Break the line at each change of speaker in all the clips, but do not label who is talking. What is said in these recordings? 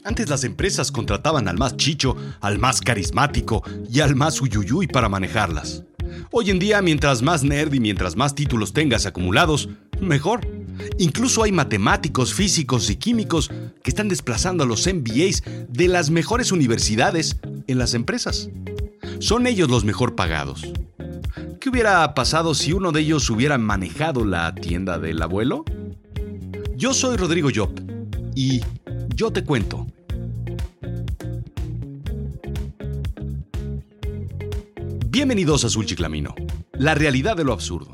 Antes las empresas contrataban al más chicho, al más carismático y al más uyuyuy para manejarlas. Hoy en día, mientras más nerd y mientras más títulos tengas acumulados, mejor. Incluso hay matemáticos, físicos y químicos que están desplazando a los MBAs de las mejores universidades en las empresas. Son ellos los mejor pagados. ¿Qué hubiera pasado si uno de ellos hubiera manejado la tienda del abuelo? Yo soy Rodrigo Job y yo te cuento. Bienvenidos a Azul Chiclamino, la realidad de lo absurdo.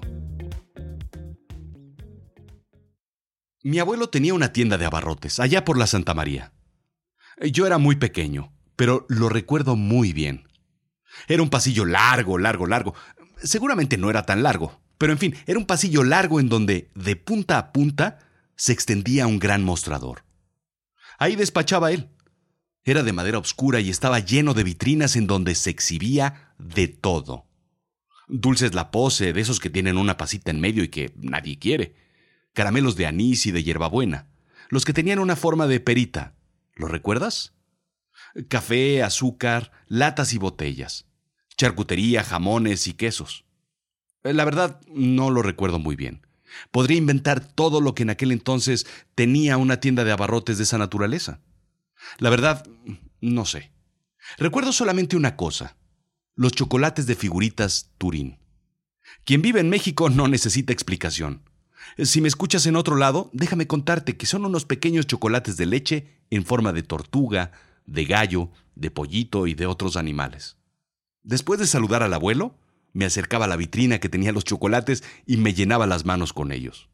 Mi abuelo tenía una tienda de abarrotes allá por la Santa María. Yo era muy pequeño, pero lo recuerdo muy bien. Era un pasillo largo. Seguramente no era tan largo, pero en fin, era un pasillo largo en donde, de punta a punta, se extendía un gran mostrador. Ahí despachaba él. Era de madera oscura y estaba lleno de vitrinas en donde se exhibía de todo. Dulces La Pose, de esos que tienen una pasita en medio y que nadie quiere. Caramelos de anís y de hierbabuena, los que tenían una forma de perita. ¿Lo recuerdas? Café, azúcar, latas y botellas. Charcutería, jamones y quesos. La verdad, no lo recuerdo muy bien. Podría inventar todo lo que en aquel entonces tenía una tienda de abarrotes de esa naturaleza. La verdad, no sé. Recuerdo solamente una cosa: los chocolates de figuritas Turín. Quien vive en México no necesita explicación. Si me escuchas en otro lado, déjame contarte que son unos pequeños chocolates de leche en forma de tortuga, de gallo, de pollito y de otros animales. Después de saludar al abuelo, me acercaba a la vitrina que tenía los chocolates y me llenaba las manos con ellos.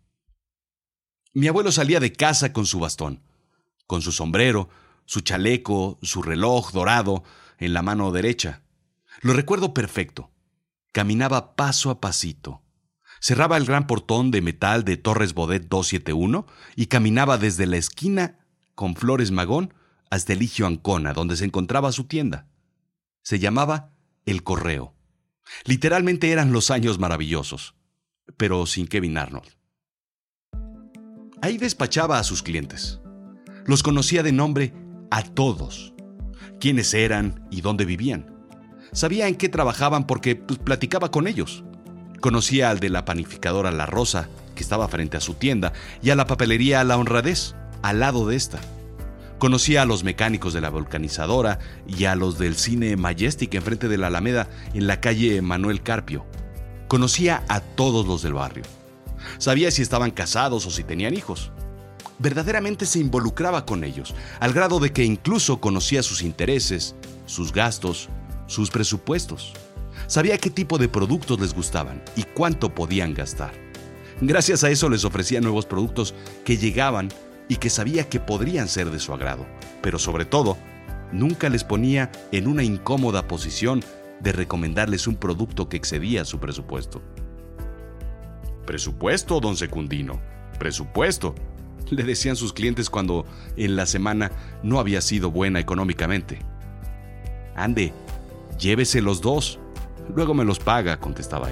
Mi abuelo salía de casa con su bastón, con su sombrero, su chaleco, su reloj dorado en la mano derecha. Lo recuerdo perfecto. Caminaba paso a pasito. Cerraba el gran portón de metal de Torres Bodet 271 y caminaba desde la esquina con Flores Magón hasta Eligio Ancona, donde se encontraba su tienda. Se llamaba El Correo. Literalmente eran los años maravillosos, pero sin Kevin Arnold. Ahí despachaba a sus clientes. Los conocía de nombre a todos. Quiénes eran y dónde vivían. Sabía en qué trabajaban porque platicaba con ellos. Conocía al de la panificadora La Rosa, que estaba frente a su tienda, y a la papelería La Honradez, al lado de esta. Conocía a los mecánicos de la vulcanizadora y a los del cine Majestic enfrente de la Alameda en la calle Manuel Carpio. Conocía a todos los del barrio. Sabía si estaban casados o si tenían hijos. Verdaderamente se involucraba con ellos, al grado de que incluso conocía sus intereses, sus gastos, sus presupuestos. Sabía qué tipo de productos les gustaban y cuánto podían gastar. Gracias a eso les ofrecía nuevos productos que llegaban y que sabía que podrían ser de su agrado. Pero sobre todo, nunca les ponía en una incómoda posición de recomendarles un producto que excedía su presupuesto. «Presupuesto, don Secundino, presupuesto», le decían sus clientes cuando en la semana no había sido buena económicamente. «Ande, llévese los dos, luego me los paga», contestaba él.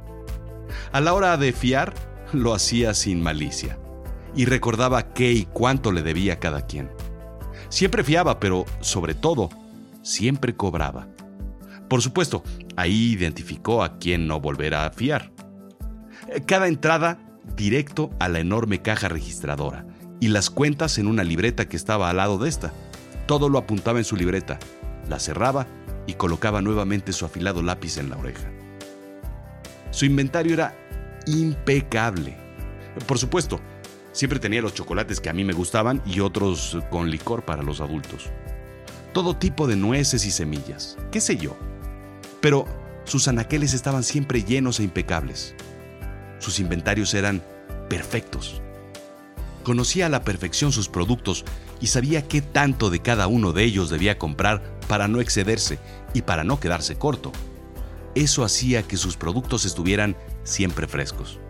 A la hora de fiar, lo hacía sin malicia y recordaba qué y cuánto le debía a cada quien. Siempre fiaba, pero sobre todo, siempre cobraba. Por supuesto, ahí identificó a quién no volver a fiar. Cada entrada directo a la enorme caja registradora y las cuentas en una libreta que estaba al lado de esta. Todo lo apuntaba en su libreta, la cerraba y colocaba nuevamente su afilado lápiz en la oreja. Su inventario era impecable. Por supuesto, siempre tenía los chocolates que a mí me gustaban y otros con licor para los adultos. Todo tipo de nueces y semillas, qué sé yo. Pero sus anaqueles estaban siempre llenos e impecables. Sus inventarios eran perfectos. Conocía a la perfección sus productos y sabía qué tanto de cada uno de ellos debía comprar para no excederse y para no quedarse corto. Eso hacía que sus productos estuvieran siempre frescos.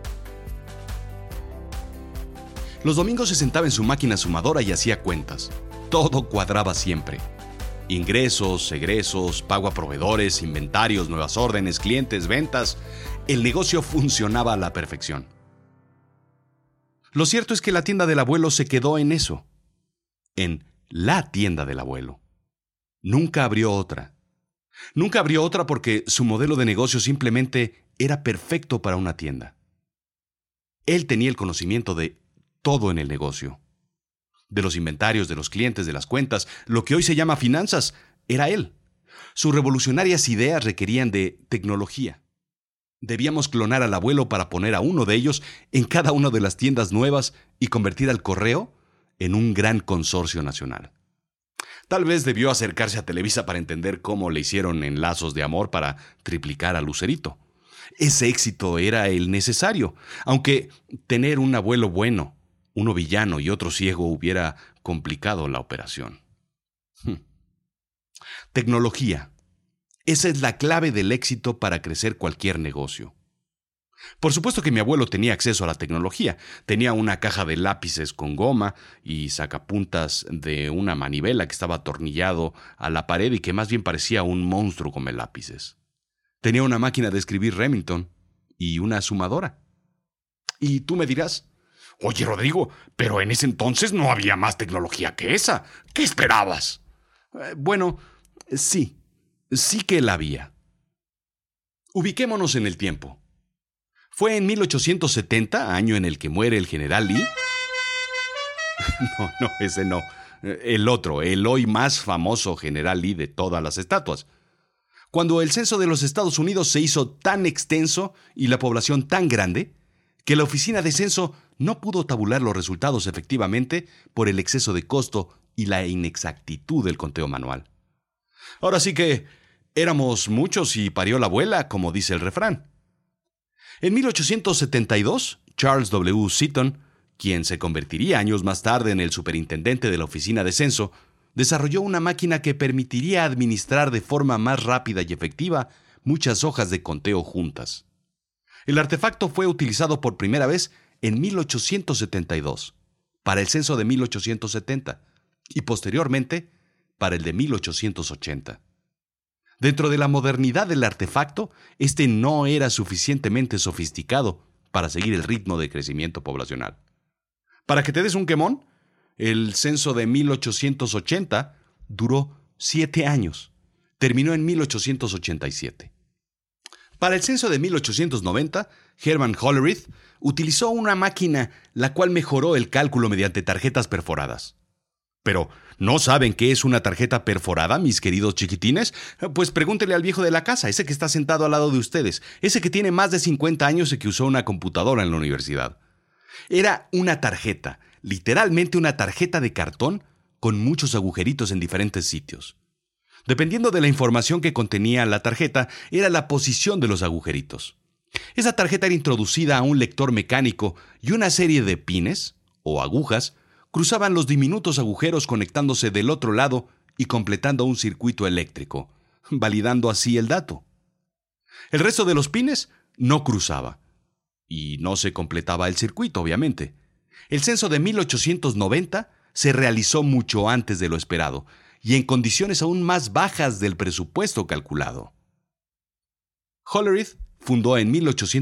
Los domingos se sentaba en su máquina sumadora y hacía cuentas. Todo cuadraba siempre. Ingresos, egresos, pago a proveedores, inventarios, nuevas órdenes, clientes, ventas. El negocio funcionaba a la perfección. Lo cierto es que la tienda del abuelo se quedó en eso, en la tienda del abuelo. Nunca abrió otra. Nunca abrió otra porque su modelo de negocio simplemente era perfecto para una tienda. Él tenía el conocimiento de todo en el negocio. De los inventarios, de los clientes, de las cuentas, lo que hoy se llama finanzas, era él. Sus revolucionarias ideas requerían de tecnología. Debíamos clonar al abuelo para poner a uno de ellos en cada una de las tiendas nuevas y convertir al correo en un gran consorcio nacional. Tal vez debió acercarse a Televisa para entender cómo le hicieron en Lazos de Amor para triplicar a Lucerito. Ese éxito era el necesario, aunque tener un abuelo bueno, uno villano y otro ciego hubiera complicado la operación. Tecnología. Esa es la clave del éxito para crecer cualquier negocio. Por supuesto que mi abuelo tenía acceso a la tecnología. Tenía una caja de lápices con goma y sacapuntas de una manivela que estaba atornillado a la pared y que más bien parecía un monstruo come lápices. Tenía una máquina de escribir Remington y una sumadora. Y tú me dirás, oye Rodrigo, pero en ese entonces no había más tecnología que esa. ¿Qué esperabas? Bueno, sí que la había. Ubiquémonos en el tiempo. Fue en 1870, año en el que muere el general Lee. No, ese no. El otro, el hoy más famoso general Lee de todas las estatuas. Cuando el censo de los Estados Unidos se hizo tan extenso y la población tan grande, que la oficina de censo no pudo tabular los resultados efectivamente por el exceso de costo y la inexactitud del conteo manual. Ahora sí que éramos muchos y parió la abuela, como dice el refrán. En 1872, Charles W. Seaton, quien se convertiría años más tarde en el superintendente de la oficina de censo, desarrolló una máquina que permitiría administrar de forma más rápida y efectiva muchas hojas de conteo juntas. El artefacto fue utilizado por primera vez en 1872, para el censo de 1870, y posteriormente para el de 1880. Dentro de la modernidad del artefacto, este no era suficientemente sofisticado para seguir el ritmo de crecimiento poblacional. Para que te des un quemón, el censo de 1880 duró 7 años. Terminó en 1887. Para el censo de 1890, Herman Hollerith utilizó una máquina la cual mejoró el cálculo mediante tarjetas perforadas. Pero, ¿no saben qué es una tarjeta perforada, mis queridos chiquitines? Pues pregúntele al viejo de la casa, ese que está sentado al lado de ustedes, ese que tiene más de 50 años y que usó una computadora en la universidad. Era una tarjeta, literalmente una tarjeta de cartón con muchos agujeritos en diferentes sitios. Dependiendo de la información que contenía la tarjeta, era la posición de los agujeritos. Esa tarjeta era introducida a un lector mecánico y una serie de pines, o agujas, cruzaban los diminutos agujeros conectándose del otro lado y completando un circuito eléctrico, validando así el dato. El resto de los pines no cruzaba. Y no se completaba el circuito, obviamente. El censo de 1890 se realizó mucho antes de lo esperado y en condiciones aún más bajas del presupuesto calculado. Hollerith fundó en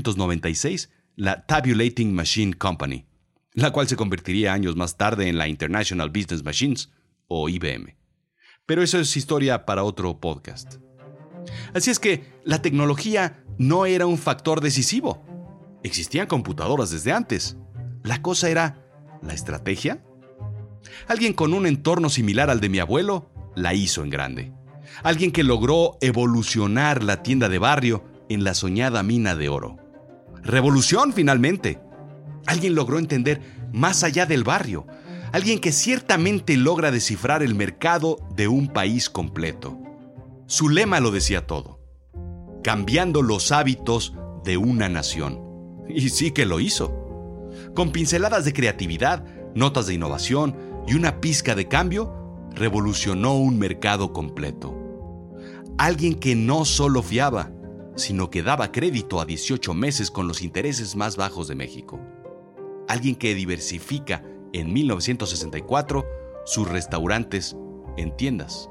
1896 la Tabulating Machine Company, la cual se convertiría años más tarde en la International Business Machines, o IBM. Pero eso es historia para otro podcast. Así es que la tecnología no era un factor decisivo. Existían computadoras desde antes. La cosa era la estrategia. Alguien con un entorno similar al de mi abuelo la hizo en grande. Alguien que logró evolucionar la tienda de barrio en la soñada mina de oro. Revolución, finalmente. Alguien logró entender más allá del barrio. Alguien que ciertamente logra descifrar el mercado de un país completo. Su lema lo decía todo. Cambiando los hábitos de una nación. Y sí que lo hizo. Con pinceladas de creatividad, notas de innovación y una pizca de cambio, revolucionó un mercado completo. Alguien que no solo fiaba, sino que daba crédito a 18 meses con los intereses más bajos de México. Alguien que diversifica en 1964 sus restaurantes en tiendas.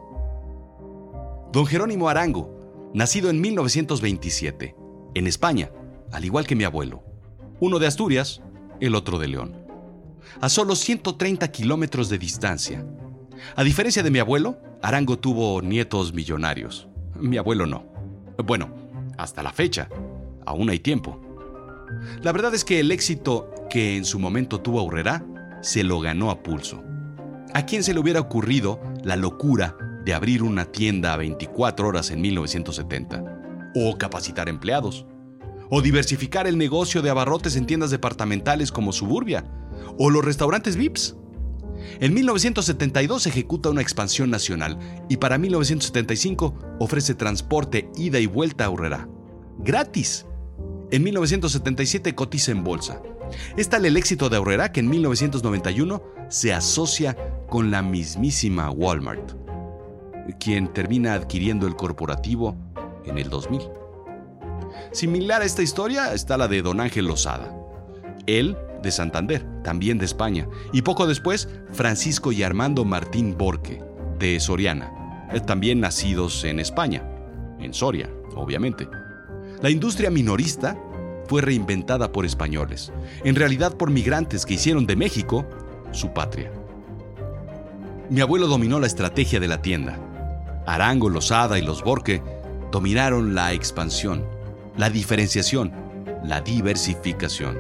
Don Jerónimo Arango, nacido en 1927, en España, al igual que mi abuelo. Uno de Asturias, el otro de León. A solo 130 kilómetros de distancia, A diferencia de mi abuelo, Arango tuvo nietos millonarios. Mi abuelo no. Bueno, hasta la fecha, aún hay tiempo. La verdad es que el éxito que en su momento tuvo Aurrerá se lo ganó a pulso. ¿A quién se le hubiera ocurrido la locura de abrir una tienda a 24 horas en 1970? ¿O capacitar empleados? ¿O diversificar el negocio de abarrotes en tiendas departamentales como Suburbia? ¿O los restaurantes VIPs? En 1972 ejecuta una expansión nacional y para 1975 ofrece transporte ida y vuelta a Aurrerá. ¡Gratis! En 1977 cotiza en bolsa. Es tal el éxito de Aurrerá que en 1991 se asocia con la mismísima Walmart, quien termina adquiriendo el corporativo en el 2000. Similar a esta historia está la de don Ángel Lozada. Él de Santander, también de España, y poco después Francisco y Armando Martín Borque, de Soriana, también nacidos en España, en Soria, obviamente. La industria minorista fue reinventada por españoles, en realidad por migrantes que hicieron de México su patria. Mi abuelo dominó la estrategia de la tienda. Arango, Lozada y los Borque dominaron la expansión, la diferenciación, la diversificación.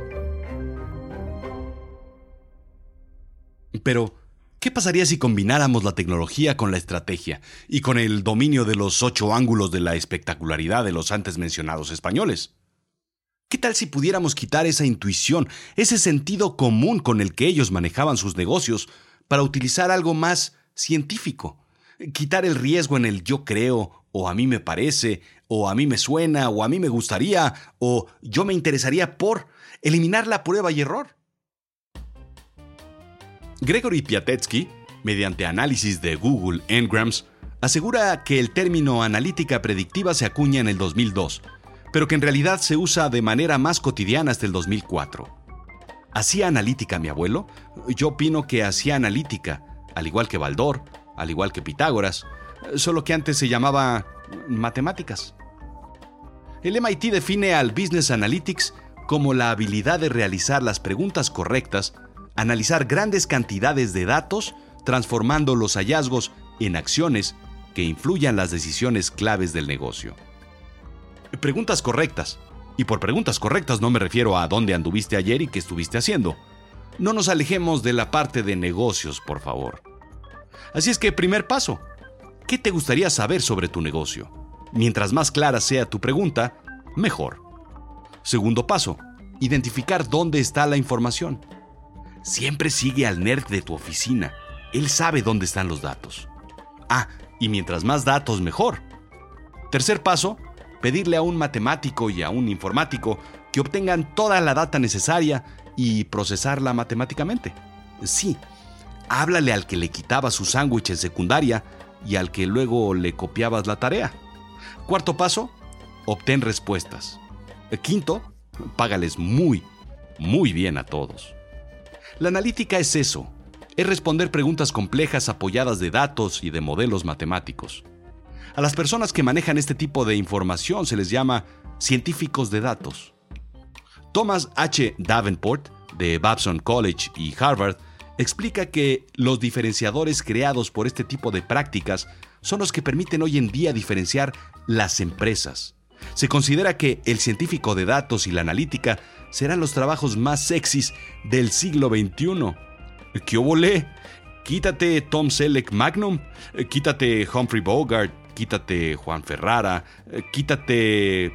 Pero, ¿qué pasaría si combináramos la tecnología con la estrategia y con el dominio de los 8 ángulos de la espectacularidad de los antes mencionados españoles? ¿Qué tal si pudiéramos quitar esa intuición, ese sentido común con el que ellos manejaban sus negocios para utilizar algo más científico? Quitar el riesgo en el yo creo, o a mí me parece, o a mí me suena, o a mí me gustaría, o yo me interesaría por eliminar la prueba y error. Gregory Piatetsky, mediante análisis de Google Ngrams, asegura que el término analítica predictiva se acuña en el 2002, pero que en realidad se usa de manera más cotidiana hasta el 2004. ¿Hacía analítica mi abuelo? Yo opino que hacía analítica, al igual que Baldor, al igual que Pitágoras, solo que antes se llamaba matemáticas. El MIT define al Business Analytics como la habilidad de realizar las preguntas correctas, analizar grandes cantidades de datos, transformando los hallazgos en acciones que influyan las decisiones claves del negocio. Preguntas correctas. Y por preguntas correctas no me refiero a dónde anduviste ayer y qué estuviste haciendo. No nos alejemos de la parte de negocios, por favor. Así es que, primer paso, ¿qué te gustaría saber sobre tu negocio? Mientras más clara sea tu pregunta, mejor. Segundo paso, identificar dónde está la información. Siempre sigue al nerd de tu oficina. Él sabe dónde están los datos. Y mientras más datos, mejor. Tercer paso, pedirle a un matemático y a un informático que obtengan toda la data necesaria y procesarla matemáticamente. Sí, háblale al que le quitaba su sándwich en secundaria y al que luego le copiabas la tarea. Cuarto paso, obtén respuestas. Quinto, págales muy, muy bien a todos. La analítica es eso, es responder preguntas complejas apoyadas de datos y de modelos matemáticos. A las personas que manejan este tipo de información se les llama científicos de datos. Thomas H. Davenport, de Babson College y Harvard, explica que los diferenciadores creados por este tipo de prácticas son los que permiten hoy en día diferenciar las empresas. Se considera que el científico de datos y la analítica serán los trabajos más sexys del siglo XXI. ¿Qué óvole? Quítate Tom Selleck Magnum, quítate Humphrey Bogart, quítate Juan Ferrara, quítate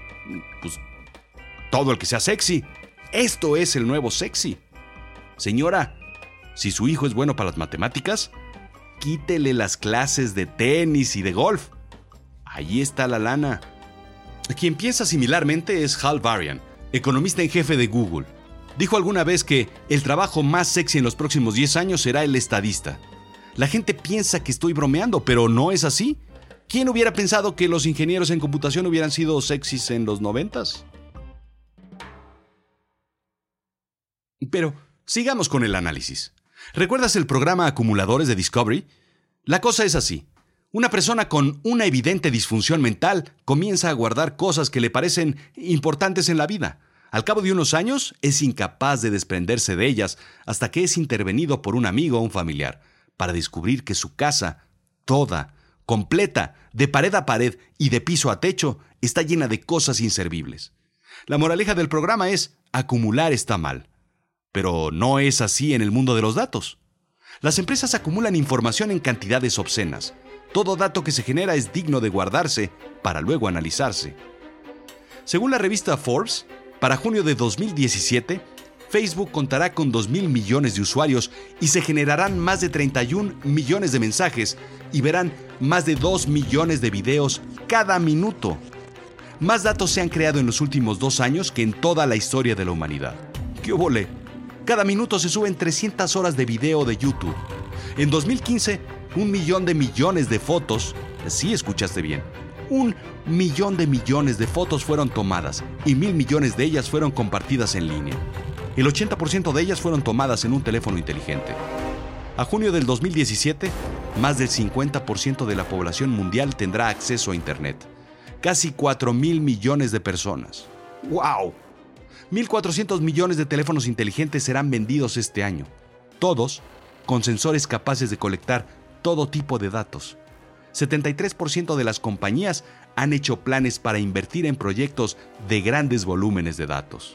todo el que sea sexy. Esto es el nuevo sexy. Señora, si su hijo es bueno para las matemáticas, quítele las clases de tenis y de golf. Allí está la lana. Quien piensa similarmente es Hal Varian, economista en jefe de Google. Dijo alguna vez que el trabajo más sexy en los próximos 10 años será el estadista. La gente piensa que estoy bromeando, pero no es así. ¿Quién hubiera pensado que los ingenieros en computación hubieran sido sexys en los 90s? Pero sigamos con el análisis. ¿Recuerdas el programa Acumuladores de Discovery? La cosa es así. Una persona con una evidente disfunción mental comienza a guardar cosas que le parecen importantes en la vida. Al cabo de unos años, es incapaz de desprenderse de ellas hasta que es intervenido por un amigo o un familiar para descubrir que su casa, toda, completa, de pared a pared y de piso a techo, está llena de cosas inservibles. La moraleja del programa es: acumular está mal. Pero no es así en el mundo de los datos. Las empresas acumulan información en cantidades obscenas. Todo dato que se genera es digno de guardarse para luego analizarse. Según la revista Forbes, para junio de 2017, Facebook contará con 2.000 millones de usuarios y se generarán más de 31 millones de mensajes y verán más de 2 millones de videos cada minuto. Más datos se han creado en los últimos 2 años que en toda la historia de la humanidad. ¡Qué obole! Cada minuto se suben 300 horas de video de YouTube. En 2015, 1 millón de millones de fotos, sí escuchaste bien, 1 millón de millones de fotos fueron tomadas y 1.000 millones de ellas fueron compartidas en línea. El 80% de ellas fueron tomadas en un teléfono inteligente. A junio del 2017, más del 50% de la población mundial tendrá acceso a Internet. Casi 4.000 millones de personas. ¡Wow! 1.400 millones de teléfonos inteligentes serán vendidos este año. Todos con sensores capaces de colectar todo tipo de datos. 73% de las compañías han hecho planes para invertir en proyectos de grandes volúmenes de datos.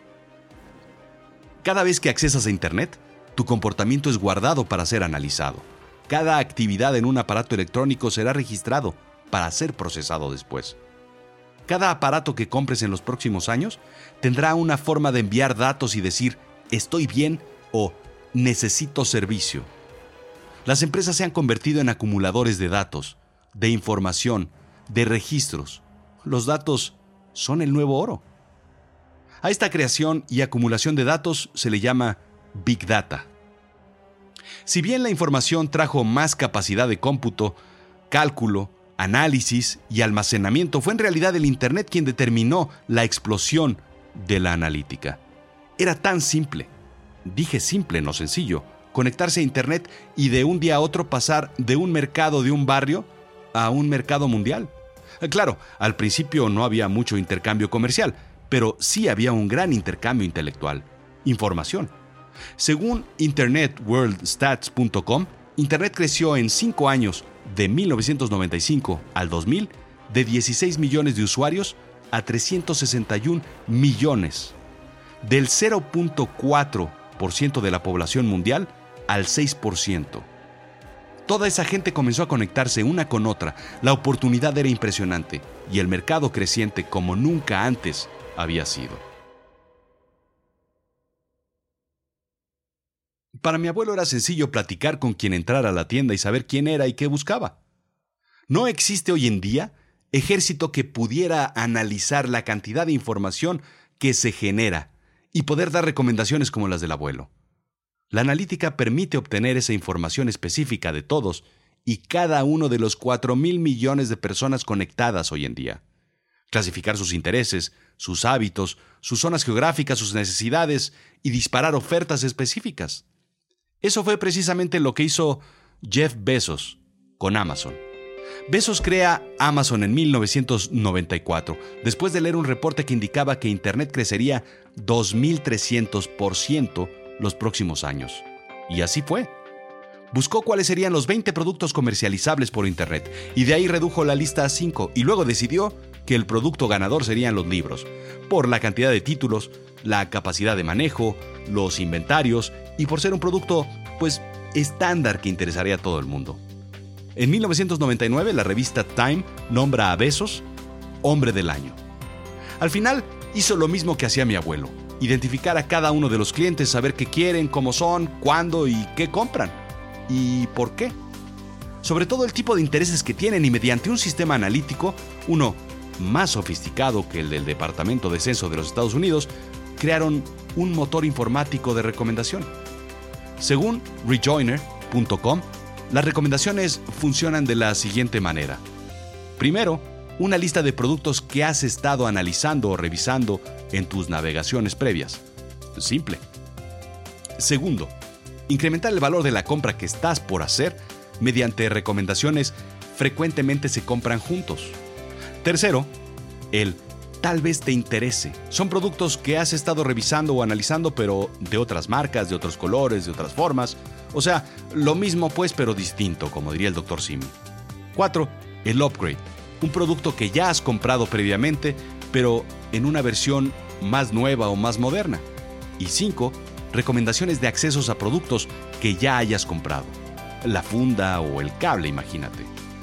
Cada vez que accesas a Internet, tu comportamiento es guardado para ser analizado. Cada actividad en un aparato electrónico será registrado para ser procesado después. Cada aparato que compres en los próximos años tendrá una forma de enviar datos y decir «estoy bien» o «necesito servicio». Las empresas se han convertido en acumuladores de datos, de información, de registros. Los datos son el nuevo oro. A esta creación y acumulación de datos se le llama Big Data. Si bien la información trajo más capacidad de cómputo, cálculo, análisis y almacenamiento, fue en realidad el Internet quien determinó la explosión de la analítica. Era tan simple, dije simple, no sencillo, conectarse a Internet y de un día a otro pasar de un mercado de un barrio a un mercado mundial. Claro, al principio no había mucho intercambio comercial, pero sí había un gran intercambio intelectual, información. Según internetworldstats.com, Internet creció en 5 años, de 1995 al 2000, de 16 millones de usuarios a 361 millones. Del 0.4% de la población mundial al 6%. Toda esa gente comenzó a conectarse una con otra. La oportunidad era impresionante y el mercado creciente como nunca antes había sido. Para mi abuelo era sencillo platicar con quien entrara a la tienda y saber quién era y qué buscaba. No existe hoy en día ejército que pudiera analizar la cantidad de información que se genera y poder dar recomendaciones como las del abuelo. La analítica permite obtener esa información específica de todos y cada uno de los 4.000 millones de personas conectadas hoy en día. Clasificar sus intereses, sus hábitos, sus zonas geográficas, sus necesidades y disparar ofertas específicas. Eso fue precisamente lo que hizo Jeff Bezos con Amazon. Bezos crea Amazon en 1994, después de leer un reporte que indicaba que Internet crecería 2.300% los próximos años. Y así fue. Buscó cuáles serían los 20 productos comercializables por Internet, y de ahí redujo la lista a 5, y luego decidió que el producto ganador serían los libros, por la cantidad de títulos, la capacidad de manejo, los inventarios, y por ser un producto, estándar que interesaría a todo el mundo. En 1999, la revista Time nombra a Bezos Hombre del Año. Al final, hizo lo mismo que hacía mi abuelo: identificar a cada uno de los clientes, saber qué quieren, cómo son, cuándo y qué compran. ¿Y por qué? Sobre todo el tipo de intereses que tienen, y mediante un sistema analítico, uno más sofisticado que el del Departamento de Censo de los Estados Unidos, crearon un motor informático de recomendación. Según Rejoiner.com, las recomendaciones funcionan de la siguiente manera. Primero, una lista de productos que has estado analizando o revisando en tus navegaciones previas. Simple. Segundo, incrementar el valor de la compra que estás por hacer mediante recomendaciones frecuentemente se compran juntos. Tercero, el tal vez te interese. Son productos que has estado revisando o analizando, pero de otras marcas, de otros colores, de otras formas. O sea, lo mismo pues, pero distinto, como diría el Dr. Simi. 4. El upgrade. Un producto que ya has comprado previamente, pero en una versión más nueva o más moderna. Y 5. Recomendaciones de accesos a productos que ya hayas comprado. La funda o el cable, imagínate.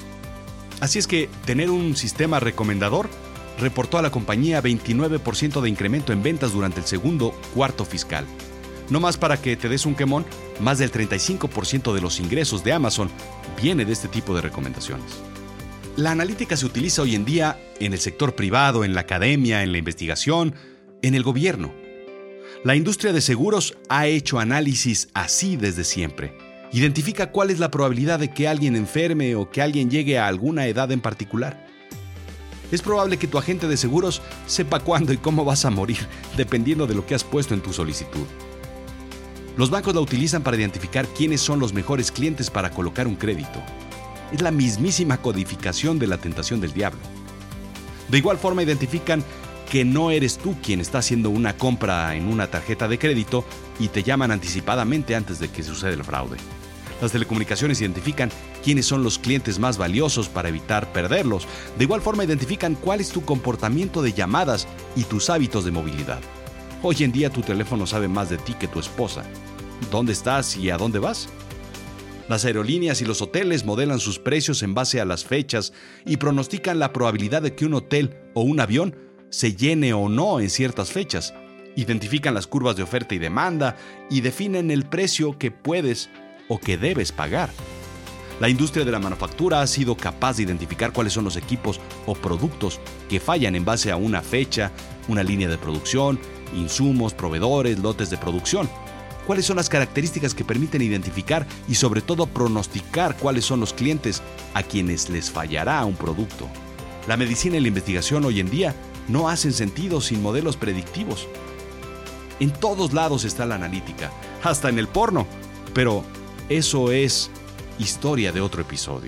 Así es que tener un sistema recomendador reportó a la compañía 29% de incremento en ventas durante el segundo cuarto fiscal. No más para que te des un quemón, más del 35% de los ingresos de Amazon viene de este tipo de recomendaciones. La analítica se utiliza hoy en día en el sector privado, en la academia, en la investigación, en el gobierno. La industria de seguros ha hecho análisis así desde siempre. Identifica cuál es la probabilidad de que alguien enferme o que alguien llegue a alguna edad en particular. Es probable que tu agente de seguros sepa cuándo y cómo vas a morir, dependiendo de lo que has puesto en tu solicitud. Los bancos la utilizan para identificar quiénes son los mejores clientes para colocar un crédito. Es la mismísima codificación de la tentación del diablo. De igual forma identifican que no eres tú quien está haciendo una compra en una tarjeta de crédito y te llaman anticipadamente antes de que suceda el fraude. Las telecomunicaciones identifican quiénes son los clientes más valiosos para evitar perderlos. De igual forma identifican cuál es tu comportamiento de llamadas y tus hábitos de movilidad. Hoy en día tu teléfono sabe más de ti que tu esposa. ¿Dónde estás y a dónde vas? Las aerolíneas y los hoteles modelan sus precios en base a las fechas y pronostican la probabilidad de que un hotel o un avión se llene o no en ciertas fechas. Identifican las curvas de oferta y demanda y definen el precio que puedes o que debes pagar. La industria de la manufactura ha sido capaz de identificar cuáles son los equipos o productos que fallan en base a una fecha, una línea de producción, insumos, proveedores, lotes de producción. ¿Cuáles son las características que permiten identificar y sobre todo pronosticar cuáles son los clientes a quienes les fallará un producto? La medicina y la investigación hoy en día no hacen sentido sin modelos predictivos. En todos lados está la analítica, hasta en el porno, pero eso es historia de otro episodio.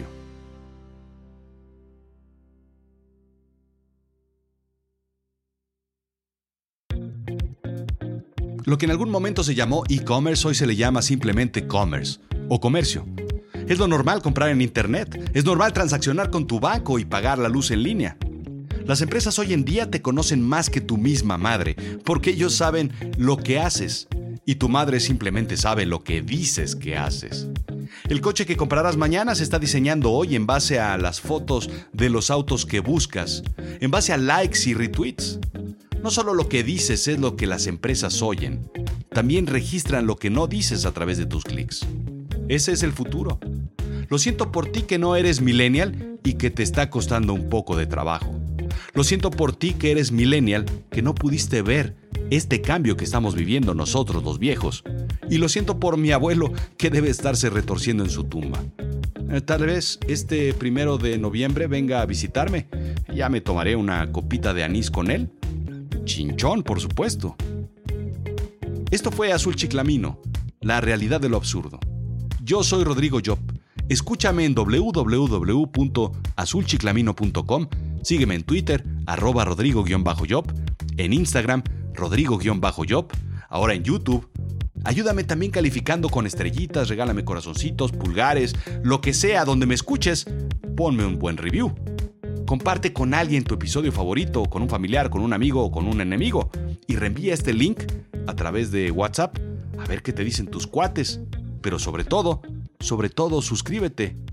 Lo que en algún momento se llamó e-commerce hoy se le llama simplemente commerce o comercio. Es lo normal comprar en internet, es normal transaccionar con tu banco y pagar la luz en línea. Las empresas hoy en día te conocen más que tu misma madre, porque ellos saben lo que haces y tu madre simplemente sabe lo que dices que haces. El coche que comprarás mañana se está diseñando hoy en base a las fotos de los autos que buscas, en base a likes y retweets. No solo lo que dices es lo que las empresas oyen, también registran lo que no dices a través de tus clics. Ese es el futuro. Lo siento por ti que no eres millennial y que te está costando un poco de trabajo. Lo siento por ti que eres millennial, que no pudiste ver este cambio que estamos viviendo nosotros los viejos. Y lo siento por mi abuelo que debe estarse retorciendo en su tumba. Tal vez este 1 de noviembre venga a visitarme. Ya me tomaré una copita de anís con él. Chinchón, por supuesto. Esto fue Azul Chiclamino, la realidad de lo absurdo. Yo soy Rodrigo Job. Escúchame en www.azulchiclamino.com. Sígueme en Twitter, @Rodrigo_Job. En Instagram, Rodrigo_Job. Ahora en YouTube. Ayúdame también calificando con estrellitas, regálame corazoncitos, pulgares, lo que sea donde me escuches. Ponme un buen review. Comparte con alguien tu episodio favorito, con un familiar, con un amigo o con un enemigo. Y reenvía este link a través de WhatsApp a ver qué te dicen tus cuates. Pero sobre todo, suscríbete